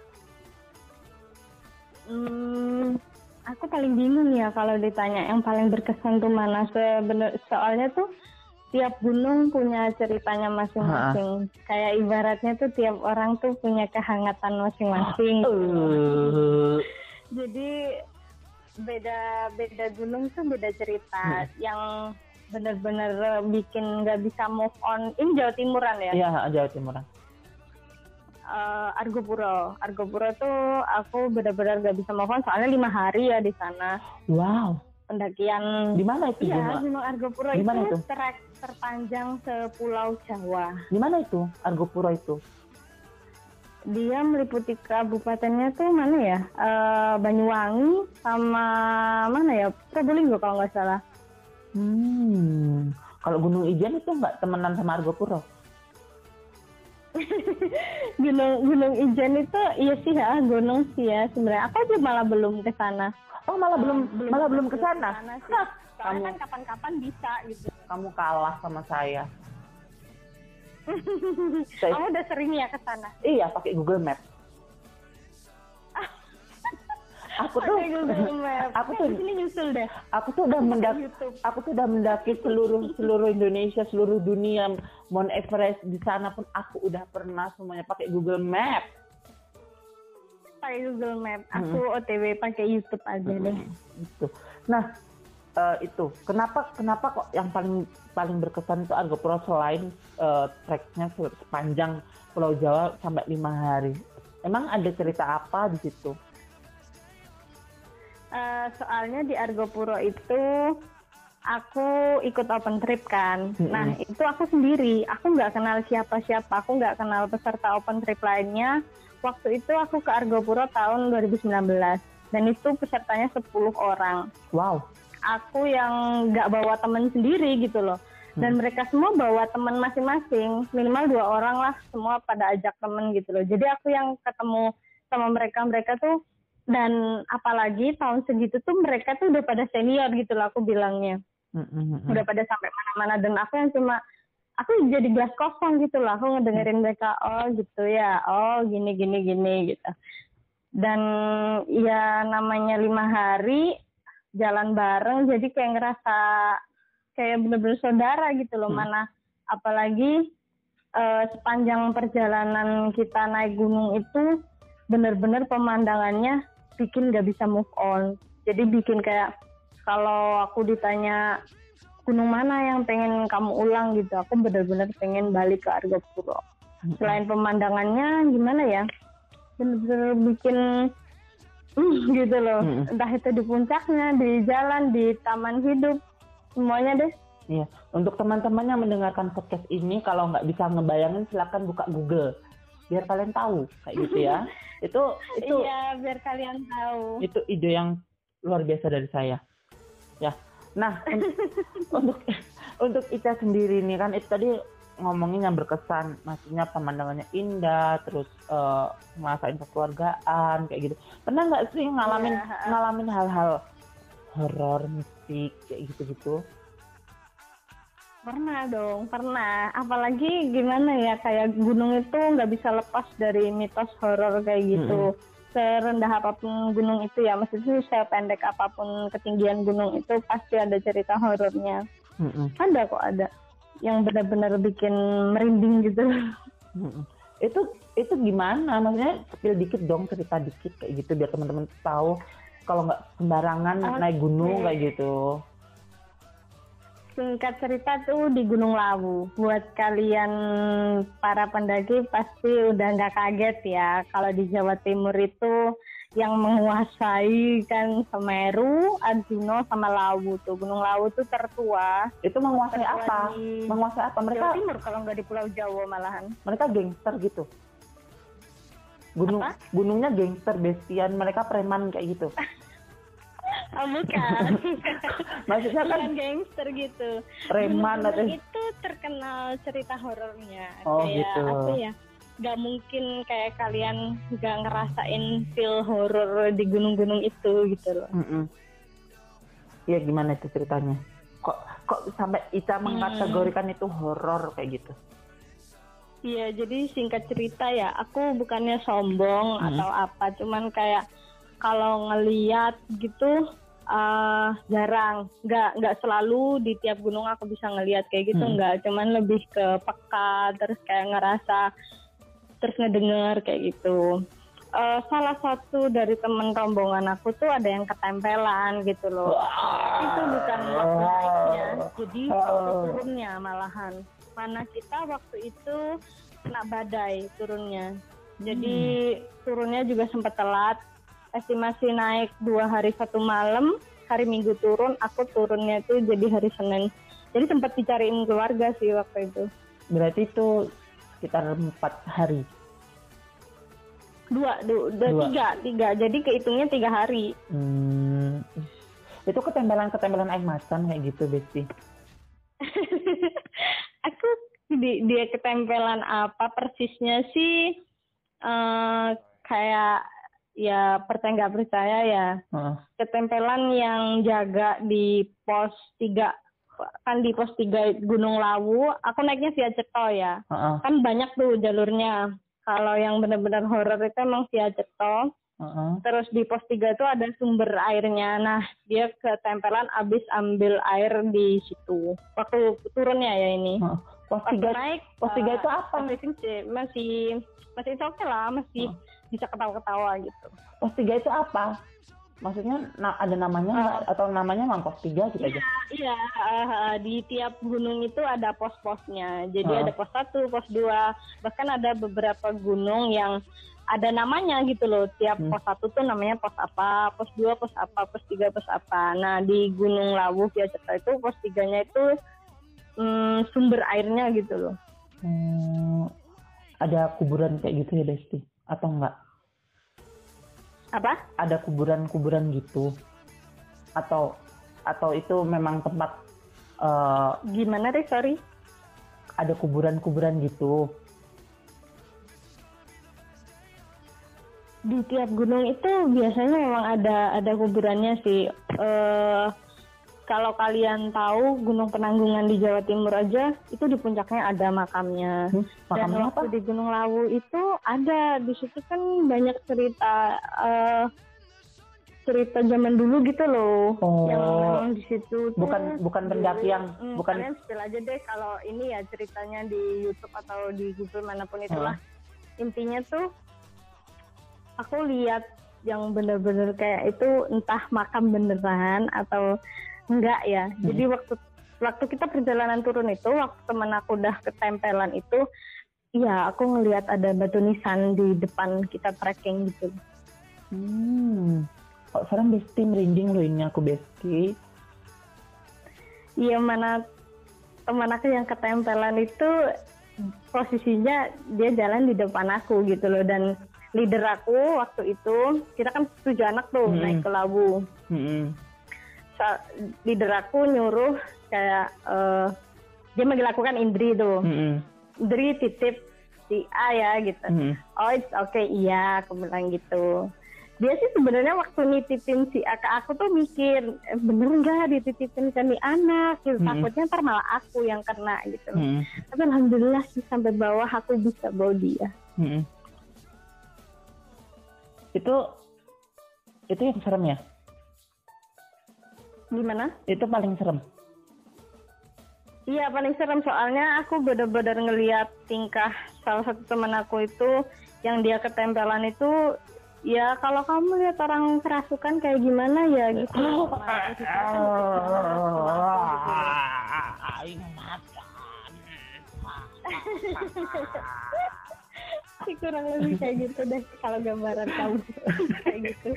Hmm, aku paling bingung ya kalau ditanya yang paling berkesan tuh mana. Sebener, soalnya tuh tiap gunung punya ceritanya masing-masing. Kayak ibaratnya tuh tiap orang tuh punya kehangatan masing-masing. Uh, Jadi beda beda gunung tuh beda cerita. Hmm. Yang benar-benar bikin nggak bisa move on. Ini Jawa Timuran ya? Iya, Jawa Timuran. Uh, Argopuro. Argopuro tuh aku benar-benar gak bisa move on soalnya lima hari ya di sana. Wow. Pendakian. Di mana itu? Iya, Gunung Argopuro Di itu, mana itu? trek terpanjang sepulau Jawa. Di mana itu? Argopuro itu? Dia meliputi kabupatennya tuh mana ya? Uh, Banyuwangi sama mana ya? Probolinggo kalau nggak salah. Hmm. Kalau Gunung Ijen itu nggak temenan sama Argopuro? Gunung Gunung Ijen itu iya sih ya, gunung sih ya sebenarnya. Aku aja malah belum ke sana. Oh malah belum, belum malah belum ke sana. Soalnya Kamu kan kapan-kapan bisa gitu. kamu kalah sama saya. Saya- Kamu udah sering ya ke sana? Iya, pakai Google Map. Aku tuh, Pakai Google Map. aku Eh, tuh, di sini nyusul deh. aku tuh udah mendaki, YouTube. aku tuh udah mendaki seluruh seluruh Indonesia, seluruh dunia, Mount Everest di sana pun aku udah pernah semuanya pakai Google Map. Pakai Google Map. Aku O T W pakai YouTube aja deh. Itu. Nah, eh, itu kenapa kenapa kok yang paling paling berkesan itu Argopuro selain eh, treknya sepanjang Pulau Jawa sampai lima hari. Emang ada cerita apa di situ? Eh, soalnya di Argopuro itu aku ikut open trip kan. Mm-mm. Nah itu aku sendiri. Aku nggak kenal siapa-siapa. Aku nggak kenal peserta open trip lainnya. Waktu itu aku ke Argopuro tahun dua ribu sembilan belas. Dan itu pesertanya sepuluh orang. Wow. Aku yang nggak bawa temen sendiri gitu loh. Dan mereka semua bawa teman masing-masing. Minimal dua orang lah. Semua pada ajak temen gitu loh. Jadi aku yang ketemu sama mereka-mereka tuh. Dan apalagi tahun segitu tuh mereka tuh udah pada senior gitu loh aku bilangnya. Mm-mm. Udah pada sampai mana-mana. Dan aku yang cuma, aku jadi gelas kosong gitu loh. Aku ngedengerin mereka, oh gitu ya. Oh gini, gini, gini gitu. Dan ya namanya lima hari jalan bareng. Jadi kayak ngerasa kayak bener-bener saudara gitu loh. Hmm. Mana apalagi eh, sepanjang perjalanan kita naik gunung itu bener-bener pemandangannya bikin gak bisa move on. Jadi bikin kayak kalau aku ditanya gunung mana yang pengen kamu ulang gitu, aku bener-bener pengen balik ke Argopuro. Selain pemandangannya gimana ya, bener-bener bikin mm, gitu loh. Mm-mm. Entah itu di puncaknya, di jalan, di taman hidup, semuanya deh. Iya, untuk teman-teman yang mendengarkan podcast ini, kalau nggak bisa ngebayangin, silakan buka Google, biar kalian tahu kayak gitu ya. itu itu Iya, biar kalian tahu. itu ide yang luar biasa dari saya. Ya, nah un- untuk untuk Ica sendiri nih kan itu tadi ngomongin yang berkesan, maksudnya pemandangannya indah, terus uh, ngerasain kekeluargaan kayak gitu. Pernah nggak sih ngalamin Iya. ngalamin hal-hal horor, mistik kayak gitu-gitu? Pernah dong, pernah. Apalagi gimana ya, kayak gunung itu nggak bisa lepas dari mitos horor kayak gitu. Mm-mm. Serendah apapun gunung itu ya, maksudnya sependek apapun ketinggian gunung itu pasti ada cerita horornya. Mm-mm. Ada kok, ada. Yang benar-benar bikin merinding gitu. Mm-mm. Itu itu gimana? Maksudnya spill dikit dong, cerita dikit kayak gitu biar teman-teman tahu kalau nggak sembarangan Oke. naik gunung kayak gitu. Singkat cerita tuh di Gunung Lawu. Buat kalian para pendaki pasti udah nggak kaget ya. Kalau di Jawa Timur itu yang menguasai kan Semeru, Arjuna, sama Lawu tuh. Gunung Lawu tuh tertua. Itu menguasai Tertua apa? di Menguasai apa? Mereka Jawa Timur kalau nggak di Pulau Jawa malahan. mereka gangster gitu. Gunung Apa? gunungnya gangster, bestian, mereka preman kayak gitu. Oh bukan. Maksudnya kan Bukan gangster gitu. preman Gunung atau itu terkenal cerita horornya. Oh, Kayak gitu. apa ya? Gak mungkin kayak kalian gak ngerasain feel horor di gunung-gunung itu gitu loh. Mm-mm. Iya, gimana itu ceritanya? Kok kok sampai Ica mengkategorikan itu horor kayak gitu? Iya, jadi singkat cerita ya, aku bukannya sombong Hmm. atau apa, cuman kayak kalau ngeliat gitu uh, jarang, nggak nggak selalu di tiap gunung aku bisa ngeliat kayak gitu, Hmm. nggak, cuman lebih ke peka, terus kayak ngerasa, terus ngedenger kayak gitu. Uh, salah satu dari temen rombongan aku tuh ada yang ketempelan gitu loh. Itu bukan waktu naiknya, jadi waktu turunnya malahan. Mana kita waktu itu kena badai turunnya. Jadi turunnya juga sempat telat. Estimasi naik dua hari satu malam. Hari Minggu turun, aku turunnya itu jadi hari Senin. Jadi sempat dicariin keluarga sih waktu itu. Berarti itu sekitar empat hari. Dua, du, du, Dua. tiga, tiga. Jadi kehitungnya tiga hari. Hmm. Itu ketempelan-ketempelan air macan kayak gitu, Besti. Aku di, dia ketempelan apa persisnya sih, eh, kayak ya percaya nggak percaya ya, Heeh. ketempelan yang jaga di pos tiga, kan di pos tiga Gunung Lawu, aku naiknya via Ceto ya, Heeh. kan banyak tuh jalurnya. Kalau yang benar-benar horor itu emang via Ceto. Heeh. Terus di pos tiga itu ada sumber airnya. Nah, dia ketempelan abis ambil air di situ. Waktu turunnya ya ini. Heeh. Pos Waktu tiga, naik, pos tiga eh, itu apa? Masih masih masih oke lah, masih bisa ketawa-ketawa gitu. Pos tiga itu apa? Maksudnya na- ada namanya nggak? Atau namanya memang pos tiga gitu aja? Iya, eh, di tiap gunung itu ada pos-posnya. Jadi Oh. ada pos satu, pos dua, bahkan ada beberapa gunung yang ada namanya gitu loh. Tiap Hmm. pos satu tuh namanya pos apa, pos dua pos apa, pos tiga pos apa. Nah di Gunung Lawu via Ceto itu pos tiganya itu hmm, sumber airnya gitu loh. Hmm, ada kuburan kayak gitu ya, Besti? Atau enggak? Apa? Ada kuburan-kuburan gitu? Atau atau itu memang tempat eh, Gimana deh, sorry? ada kuburan-kuburan gitu? Di tiap gunung itu biasanya memang ada ada kuburannya sih. Eh kalau kalian tahu Gunung Penanggungan di Jawa Timur aja itu di puncaknya ada makamnya. Hmm, Dan makamnya waktu apa? di Gunung Lawu itu ada, di situ kan banyak cerita eh, cerita zaman dulu gitu loh. Oh. Yang memang di situ tuh Bukan- bukan pendaki yang- Hmm, bukan- kalian spill aja deh kalau ini ya ceritanya di YouTube atau di Google manapun itulah. Intinya tuh aku lihat yang bener-bener kayak itu entah makam beneran atau enggak ya. Jadi waktu waktu kita perjalanan turun itu, waktu temen aku udah ketempelan itu, Iya, aku ngelihat ada batu nisan di depan kita trekking gitu. Hmm. Kok serem Besti, merinding loh ini aku Besti. Iya, mana teman aku yang ketempelan itu posisinya dia jalan di depan aku gitu loh, dan leader aku waktu itu, kita kan tujuh anak tuh hmm. naik ke Lawu. Hmm. So, leader aku nyuruh kayak uh, dia manggil aku kan Indri tuh. Hmm. Indri titip si A ya gitu. Hmm. Oh it's okay, iya aku bilang gitu. Dia sih sebenarnya waktu nitipin si A ke aku tuh mikir, eh, bener nggak dititipin ke nih anak gitu. Hmm. Takutnya ntar malah aku yang kena gitu. Hmm. Tapi alhamdulillah sih sampai bawah aku bisa bawa dia. Hmm. Itu itu yang serem ya? Gimana? Itu paling serem. Iya paling serem, soalnya aku benar-benar ngelihat tingkah salah satu teman aku itu yang dia ketempelan itu, ya kalau kamu lihat orang kerasukan kayak gimana ya gitu. Oh, kurang lebih kayak gitu deh kalau gambaran kamu kayak gitu.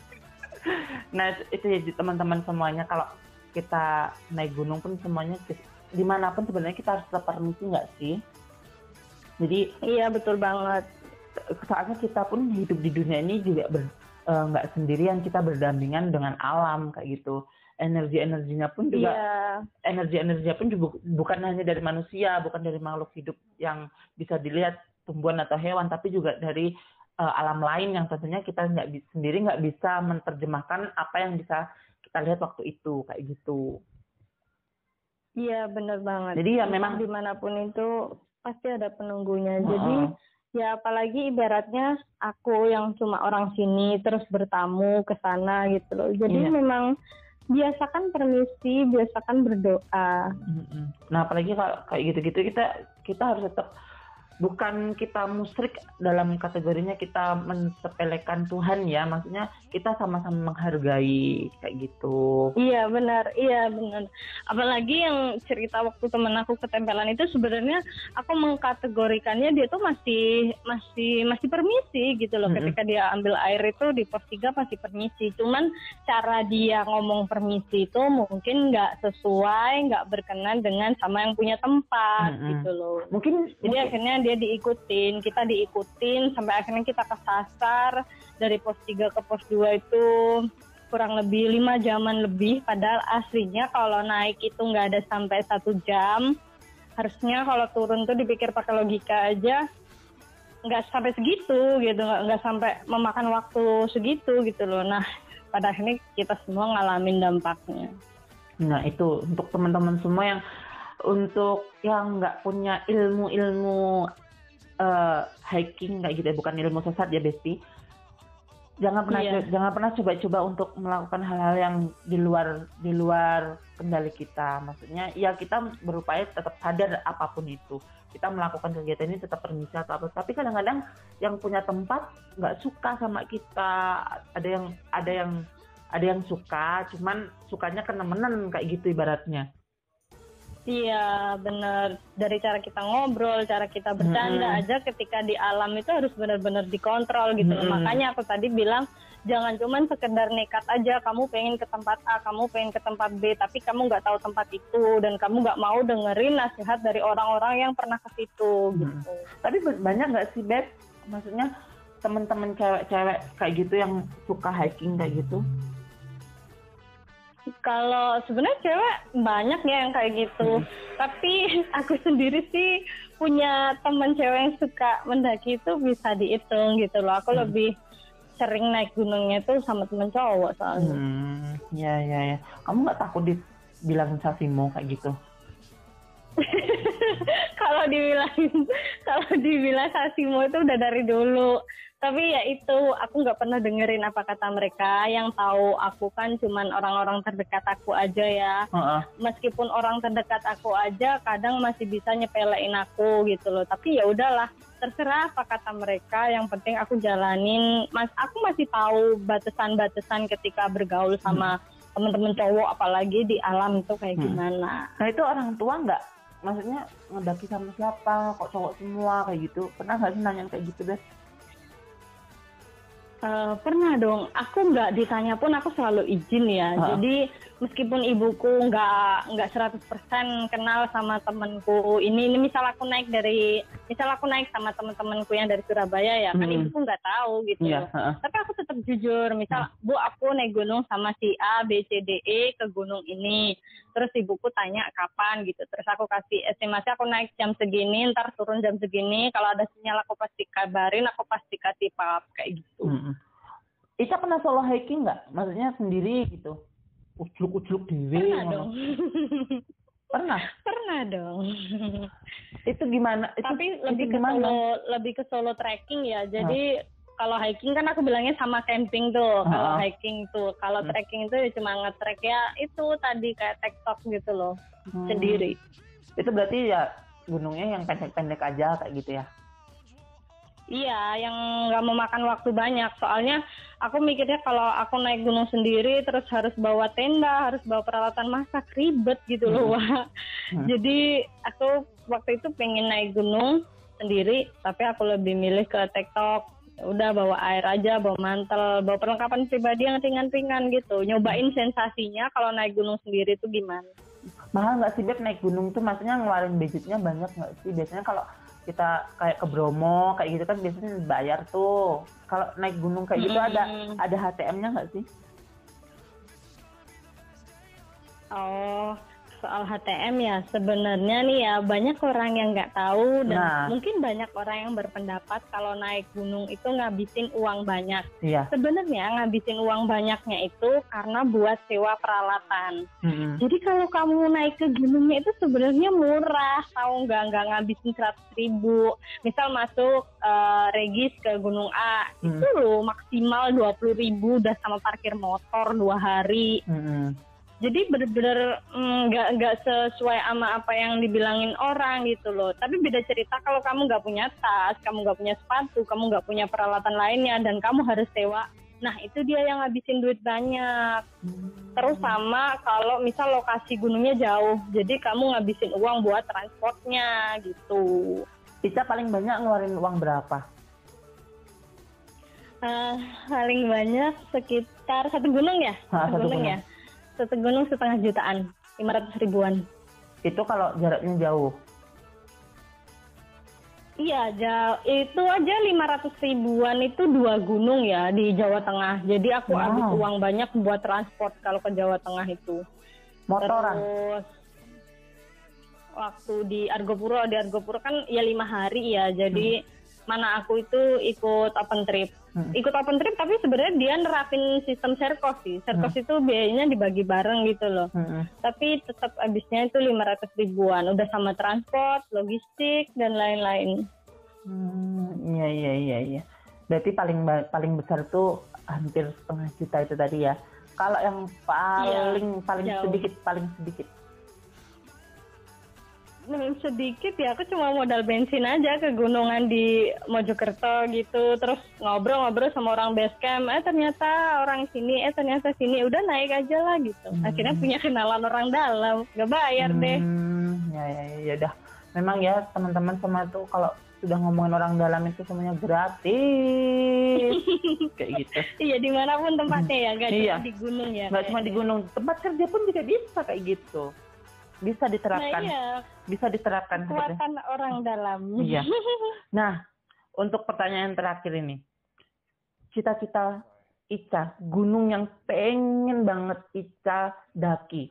Nah itu ya teman-teman semuanya, kalau kita naik gunung pun semuanya dimanapun sebenarnya kita harus tetap permisi nggak sih? Jadi iya betul banget. Soalnya kita pun hidup di dunia ini juga nggak uh, sendirian, kita berdampingan dengan alam kayak gitu. Energi-energinya pun juga yeah. energi-energinya pun juga bukan hanya dari manusia, bukan dari makhluk hidup yang bisa dilihat tumbuhan atau hewan, tapi juga dari uh, alam lain yang tentunya kita nggak sendiri nggak bisa menerjemahkan apa yang bisa kita lihat waktu itu kayak gitu. Iya benar banget. Jadi ya memang dimanapun itu pasti ada penunggunya. Uh-huh. Jadi ya apalagi ibaratnya aku yang cuma orang sini terus bertamu ke sana gitu loh. Jadi iya. memang biasakan permisi, biasakan berdoa. Uh-huh. Nah apalagi kalau kayak gitu-gitu kita kita harus tetap, bukan kita musyrik dalam kategorinya kita mensepelekan Tuhan ya, maksudnya kita sama-sama menghargai kayak gitu. Iya benar, iya benar. Apalagi yang cerita waktu temen aku ketempelan itu sebenarnya aku mengkategorikannya dia tuh masih masih masih permisi gitu loh. Mm-hmm. Ketika dia ambil air itu di pos tiga masih permisi. Cuman cara dia ngomong permisi itu mungkin nggak sesuai, nggak berkenan dengan sama yang punya tempat. Mm-hmm. Gitu loh. Mungkin jadi mungkin. akhirnya dia diikutin, kita diikutin sampai akhirnya kita kesasar dari pos tiga ke pos dua itu kurang lebih lima jaman lebih, padahal aslinya kalau naik itu nggak ada sampai satu jam. Harusnya kalau turun tuh dipikir pakai logika aja nggak sampai segitu gitu, nggak nggak sampai memakan waktu segitu gitu loh. Nah pada akhirnya kita semua ngalamin dampaknya. Nah itu untuk teman-teman semua yang untuk yang nggak punya ilmu-ilmu uh, hiking kayak gitu ya, bukan ilmu sesat ya Besti, jangan pernah yeah. jangan pernah coba-coba untuk melakukan hal-hal yang di luar di luar kendali kita. Maksudnya ya kita berupaya tetap sadar apapun itu, kita melakukan kegiatan ini tetap permisi atau apa, tapi kadang-kadang yang punya tempat nggak suka sama kita, ada yang ada yang ada yang suka, cuman sukanya kenemenan kayak gitu ibaratnya. Iya benar, dari cara kita ngobrol, cara kita bercanda hmm. aja ketika di alam itu harus benar-benar dikontrol gitu. Hmm. Makanya aku tadi bilang jangan cuman sekedar nekat aja, kamu pengen ke tempat A, kamu pengen ke tempat B, tapi kamu nggak tahu tempat itu dan kamu nggak mau dengerin nasihat dari orang-orang yang pernah ke situ hmm. gitu. Tapi banyak nggak sih Beb, maksudnya teman-teman cewek-cewek kayak gitu yang suka hiking kayak gitu? Kalau sebenarnya cewek banyak ya yang kayak gitu, hmm. tapi aku sendiri sih punya teman cewek yang suka mendaki itu bisa dihitung gitu loh. Aku hmm. lebih sering naik gunungnya itu sama teman cowok soalnya. Hmm, ya ya ya. Kamu nggak takut dibilang Sasimo kayak gitu? Kalau dibilangin, kalau dibilang Sasimo itu udah dari dulu. Tapi ya itu, aku nggak pernah dengerin apa kata mereka. Yang tahu aku kan cuman orang-orang terdekat aku aja ya. Uh-uh. Meskipun orang terdekat aku aja kadang masih bisa nyepelein aku gitu loh. Tapi ya udahlah, terserah apa kata mereka. Yang penting aku jalanin. Mas, aku masih tahu batasan-batasan ketika bergaul sama hmm. teman-teman cowok, apalagi di alam itu kayak hmm. gimana. Nah itu orang tua nggak maksudnya ngedaki sama siapa, kok cowok semua kayak gitu? Pernah nggak sih nanya kayak gitu, Bes? Uh, pernah dong. Aku nggak ditanya pun aku selalu izin ya. Ha. Jadi meskipun ibuku nggak nggak seratus persen kenal sama temenku ini, ini misal aku naik dari, misal aku naik sama temen-temenku yang dari Surabaya ya, kan Hmm. ibuku nggak tahu gitu. Iya, ha. Tapi aku tetap jujur. Misal, Bu, aku naik gunung sama si A, B, C, D, E ke gunung ini. Terus ibuku tanya kapan gitu. Terus aku kasih estimasi aku naik jam segini, ntar turun jam segini. Kalau ada sinyal aku pasti kabarin, aku pasti kasih pap kayak gitu. Hmm. Ica pernah solo hiking nggak? Maksudnya sendiri gitu? Ucluk-ucluk dewe. Pernah ngono. dong. Pernah? Pernah dong. Itu gimana? Itu, Tapi itu lebih ke gimana? solo, lebih ke solo trekking ya. Jadi kalau hiking kan aku bilangnya sama camping tuh. Kalau Ah. hiking tuh, kalau Hmm. trekking itu ya cuma nge-trek ya itu tadi kayak tektok gitu loh, Hmm. sendiri. Itu berarti ya gunungnya yang pendek-pendek aja kayak gitu ya? Iya, yang nggak memakan waktu banyak. Soalnya aku mikirnya kalau aku naik gunung sendiri terus harus bawa tenda, harus bawa peralatan masak, ribet gitu loh, Wak. Hmm. Jadi aku waktu itu pengen naik gunung sendiri, tapi aku lebih milih ke TikTok. Udah bawa air aja, bawa mantel, bawa perlengkapan pribadi yang ringan-ringan gitu. Nyobain sensasinya kalau naik gunung sendiri itu gimana. Mahal nggak sih, Beb, naik gunung tuh? Maksudnya ngeluarin budgetnya banyak nggak sih? Biasanya kalau kita kayak ke Bromo kayak gitu kan biasanya bayar tuh. Kalau naik gunung kayak gitu Hmm. ada ada H T M-nya nggak sih? Oh, soal H T M ya, sebenarnya nih ya banyak orang yang nggak tahu dan Nah. mungkin banyak orang yang berpendapat kalau naik gunung itu ngabisin uang banyak. Iya. Sebenarnya ngabisin uang banyaknya itu karena buat sewa peralatan. Hmm. Jadi kalau kamu naik ke gunungnya itu sebenarnya murah, tahu nggak nggak ngabisin seratus ribu. Misal masuk eh, Regis ke Gunung A, Hmm. itu loh maksimal dua puluh ribu udah sama parkir motor dua hari. Hmm. Jadi bener-bener nggak mm, nggak sesuai sama apa yang dibilangin orang gitu loh. Tapi beda cerita kalau kamu nggak punya tas, kamu nggak punya sepatu, kamu nggak punya peralatan lainnya dan kamu harus sewa. Nah itu dia yang ngabisin duit banyak. Terus sama kalau misal lokasi gunungnya jauh, jadi kamu ngabisin uang buat transportnya gitu. Ica paling banyak ngeluarin uang berapa? Uh, paling banyak sekitar satu gunung ya, Ha, satu satu gunung gunung. ya, satu gunung setengah jutaan, lima ratus ribuan. Itu kalau jaraknya jauh. Iya, jauh. Itu aja lima ratus ribuan itu dua gunung ya di Jawa Tengah. Jadi aku Wow. habis uang banyak buat transport kalau ke Jawa Tengah itu. Motoran. Terus waktu di Argopuro, di Argopuro kan ya lima hari ya. Jadi mana aku itu ikut open trip. Hmm. Ikut open trip tapi sebenarnya dia nerapin sistem serkos sih. Serkos itu biayanya dibagi bareng gitu loh. Hmm. Tapi tetap habisnya itu lima ratus ribuan. Udah sama transport, logistik, dan lain-lain. Hmm, iya iya iya iya. Berarti paling ba- paling besar tuh hampir setengah juta itu tadi ya. Kalau yang paling Iya, paling jauh. sedikit paling sedikit. Hmm, sedikit ya, aku cuma modal bensin aja ke gunungan di Mojokerto gitu. Terus ngobrol-ngobrol sama orang base camp. Eh ternyata orang sini, eh ternyata sini. Udah naik aja lah gitu. Hmm. Akhirnya punya kenalan orang dalam. Gak bayar deh. Hmm, ya ya ya udah. Memang ya teman-teman semua tuh kalau sudah ngomongin orang dalam itu semuanya gratis. Kayak gitu. Iya, dimanapun tempatnya ya, gak Iya. cuma di gunung ya. Nggak cuma di gunung, tempat kerja pun juga bisa kayak gitu. Bisa Nah diterapkan. iya, Bisa diterapkan. kekuatan orang dalam. Iya. Nah, untuk pertanyaan terakhir ini. Cita-cita Ica, gunung yang pengen banget Ica daki.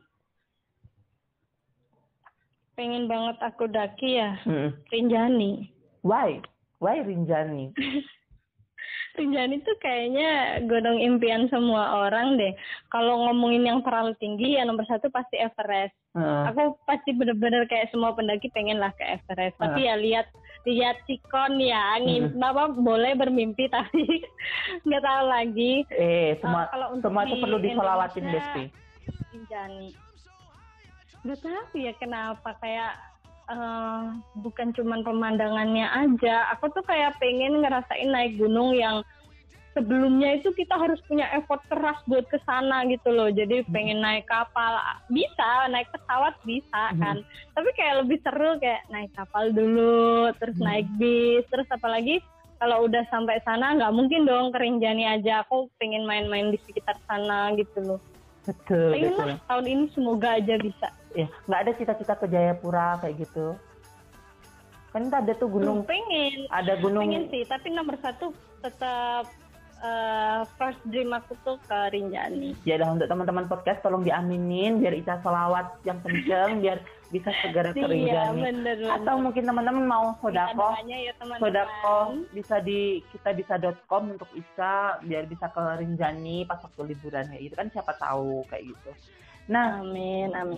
Pengen banget aku daki ya, Hmm. Rinjani. Why? Why Rinjani? Rinjani tuh kayaknya gunung impian semua orang deh. Kalau ngomongin yang terlalu tinggi ya nomor satu pasti Everest. Heeh. Aku pasti bener-bener kayak semua pendaki pengen lah ke Everest. Tapi ya lihat lihat sikon ya, ngim, apa boleh bermimpi tapi nggak tahu lagi. Eh, semua Uh, kalau untuk semua itu di perlu disolawatин, Indonesia, Besti. Rinjani. Nggak tahu ya kenapa kayak eh, bukan cuman pemandangannya aja. Aku tuh kayak pengen ngerasain naik gunung yang sebelumnya itu kita harus punya effort keras buat ke sana gitu loh. Jadi pengen naik kapal bisa, naik pesawat bisa kan. Hmm. Tapi kayak lebih seru kayak naik kapal dulu, terus hmm. naik bis, terus apalagi kalau udah sampai sana nggak mungkin dong ke Rinjani aja. Aku pengen main-main di sekitar sana gitu loh. Betul, pengen betul. Lah, tahun ini semoga aja bisa. Ya, nggak ada cita-cita ke Jayapura kayak gitu. Kan ada tuh gunung. Hmm, pengen. Ada gunung. Pengen sih, tapi nomor satu tetap uh, first dream aku tuh ke Rinjani. Ya udah, untuk teman-teman podcast tolong diaminin biar Ica selawat yang kenceng biar bisa segera ke Rinjani. Iya, bener, bener. Atau mungkin teman-teman mau sodako, ya, sodako bisa di kitabisa dot com untuk Ica biar bisa ke Rinjani pas waktu liburan ya. Itu kan siapa tahu kayak gitu. Nah, amin, amin.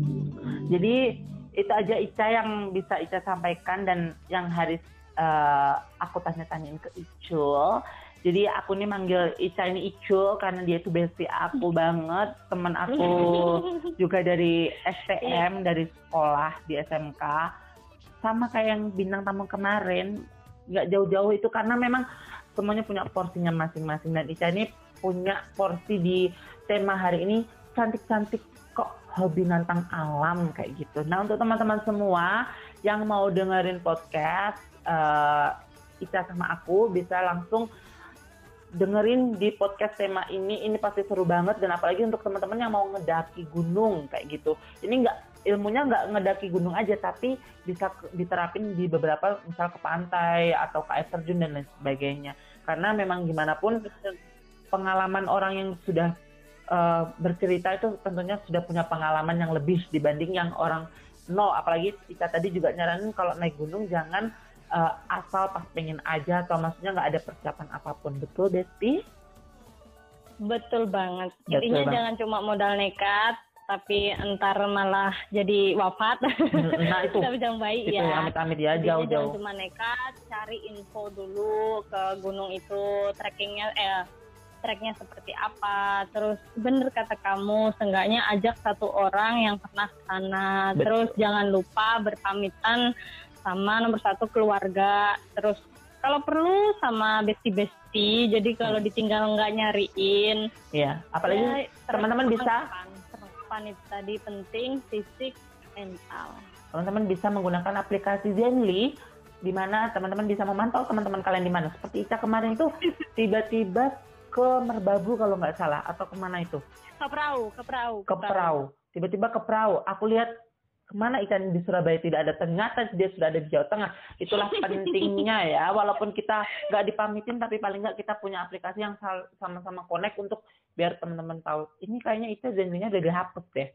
Jadi itu aja Ica yang bisa Ica sampaikan dan yang harus uh, aku tanya-tanyain ke Icul. Jadi aku nih manggil Ica ini Icul karena dia itu bestie aku banget, teman aku juga dari S T M, dari sekolah di S M K. Sama kayak yang bintang tamu kemarin, nggak jauh-jauh itu karena memang semuanya punya porsinya masing-masing dan Ica ini punya porsi di tema hari ini cantik-cantik kok hobi nantang alam kayak gitu. Nah untuk teman-teman semua yang mau dengerin podcast uh, Ica sama aku bisa langsung dengerin di podcast tema ini. Ini pasti seru banget dan apalagi untuk teman-teman yang mau ngedaki gunung kayak gitu. Ini nggak ilmunya nggak ngedaki gunung aja tapi bisa diterapin di beberapa misal ke pantai atau ke air terjun dan lain sebagainya. Karena memang gimana pun pengalaman orang yang sudah Uh, bercerita itu tentunya sudah punya pengalaman yang lebih dibanding yang orang nol. Apalagi kita tadi juga nyaranin kalau naik gunung jangan uh, asal pas pengen aja atau maksudnya nggak ada persiapan apapun. Betul, Besti? Betul banget. Intinya jangan cuma modal nekat tapi entar malah jadi wafat. Nah itu. Tapi jangan baik itu, ya. Amit-amit ya, jauh-jauh. Jangan cuma nekat, cari info dulu ke gunung itu, trekkingnya eh treknya seperti apa, terus bener kata kamu, seenggaknya ajak satu orang yang pernah sana. Betul. Terus jangan lupa berpamitan sama nomor satu keluarga, terus kalau perlu sama besti-besti, jadi kalau ditinggal nggak nyariin. Iya, apalagi ya, teman-teman bisa. Perlengkapan itu tadi penting, fisik, mental. Teman-teman bisa menggunakan aplikasi Zenly, di mana teman-teman bisa memantau teman-teman kalian di mana. Seperti Ica kemarin itu tiba-tiba ke Merbabu kalau nggak salah, atau kemana itu? Ke perahu, ke perahu. Ke perahu. Tiba-tiba ke perahu. Aku lihat kemana ikan di Surabaya tidak ada, ternyata dia sudah ada di Jawa Tengah. Itulah pentingnya ya, walaupun kita nggak dipamitin, tapi paling nggak kita punya aplikasi yang sama-sama connect untuk biar teman-teman tahu. Ini kayaknya itu Zenly-nya udah dihapus deh.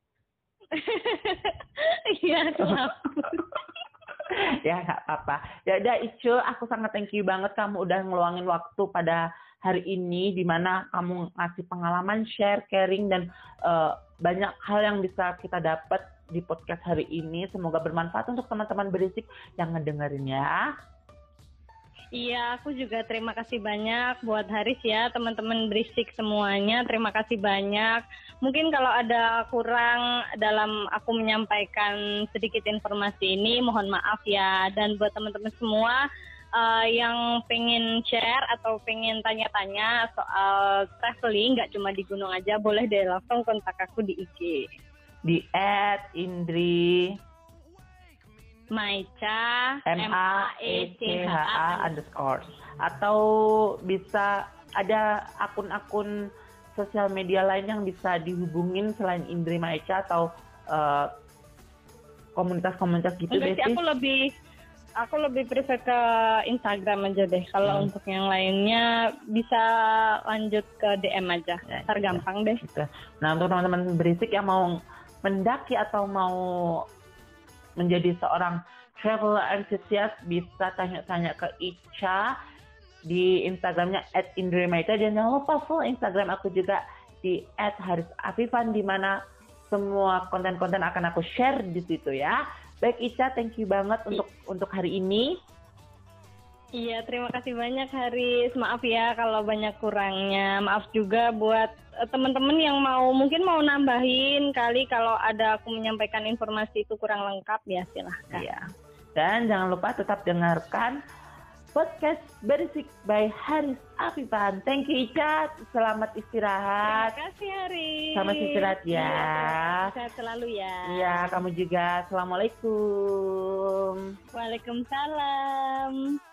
Iya, dihapus. Ya nggak apa-apa. Ya udah Icul, aku sangat thank you banget kamu udah ngeluangin waktu pada hari ini di mana kamu ngasih pengalaman, share, caring dan uh, banyak hal yang bisa kita dapat di podcast hari ini. Semoga bermanfaat untuk teman-teman berisik yang ngedengerin ya. Iya, aku juga terima kasih banyak buat Haris ya, teman-teman berisik semuanya. Terima kasih banyak. Mungkin kalau ada kurang dalam aku menyampaikan sedikit informasi ini, mohon maaf ya. Dan buat teman-teman semua Uh, yang pengen share atau pengen tanya-tanya soal traveling, nggak cuma di gunung aja, boleh deh langsung kontak aku di I G. Di at Indri Maica M A E C H A underscore, atau bisa ada akun-akun sosial media lain yang bisa dihubungin selain Indri Maica atau uh, komunitas-komunitas gitu deh sih. Aku lebih Aku lebih prefer ke Instagram aja deh. Kalau hmm. untuk yang lainnya bisa lanjut ke D M aja. Ya, tergampang deh. Gitu. Nah untuk teman-teman berisik yang mau mendaki atau mau menjadi seorang travel enthusiast bisa tanya-tanya ke Ica di Instagramnya at Indri Maica. Dan jangan lupa follow Instagram aku juga di at Haris Afifan, di mana semua konten-konten akan aku share di situ ya. Baik Ica, thank you banget untuk untuk hari ini. Iya, terima kasih banyak Haris. Maaf ya kalau banyak kurangnya. Maaf juga buat uh, teman-teman yang mau mungkin mau nambahin kali kalau ada aku menyampaikan informasi itu kurang lengkap ya silahkan. Iya. Dan jangan lupa tetap dengarkan podcast Berisik by Haris Afifan. Thank you Ica, selamat istirahat. Terima kasih Haris. Selamat istirahat ya. Iya, sehat selalu ya. Iya, kamu juga. Assalamualaikum. Waalaikumsalam.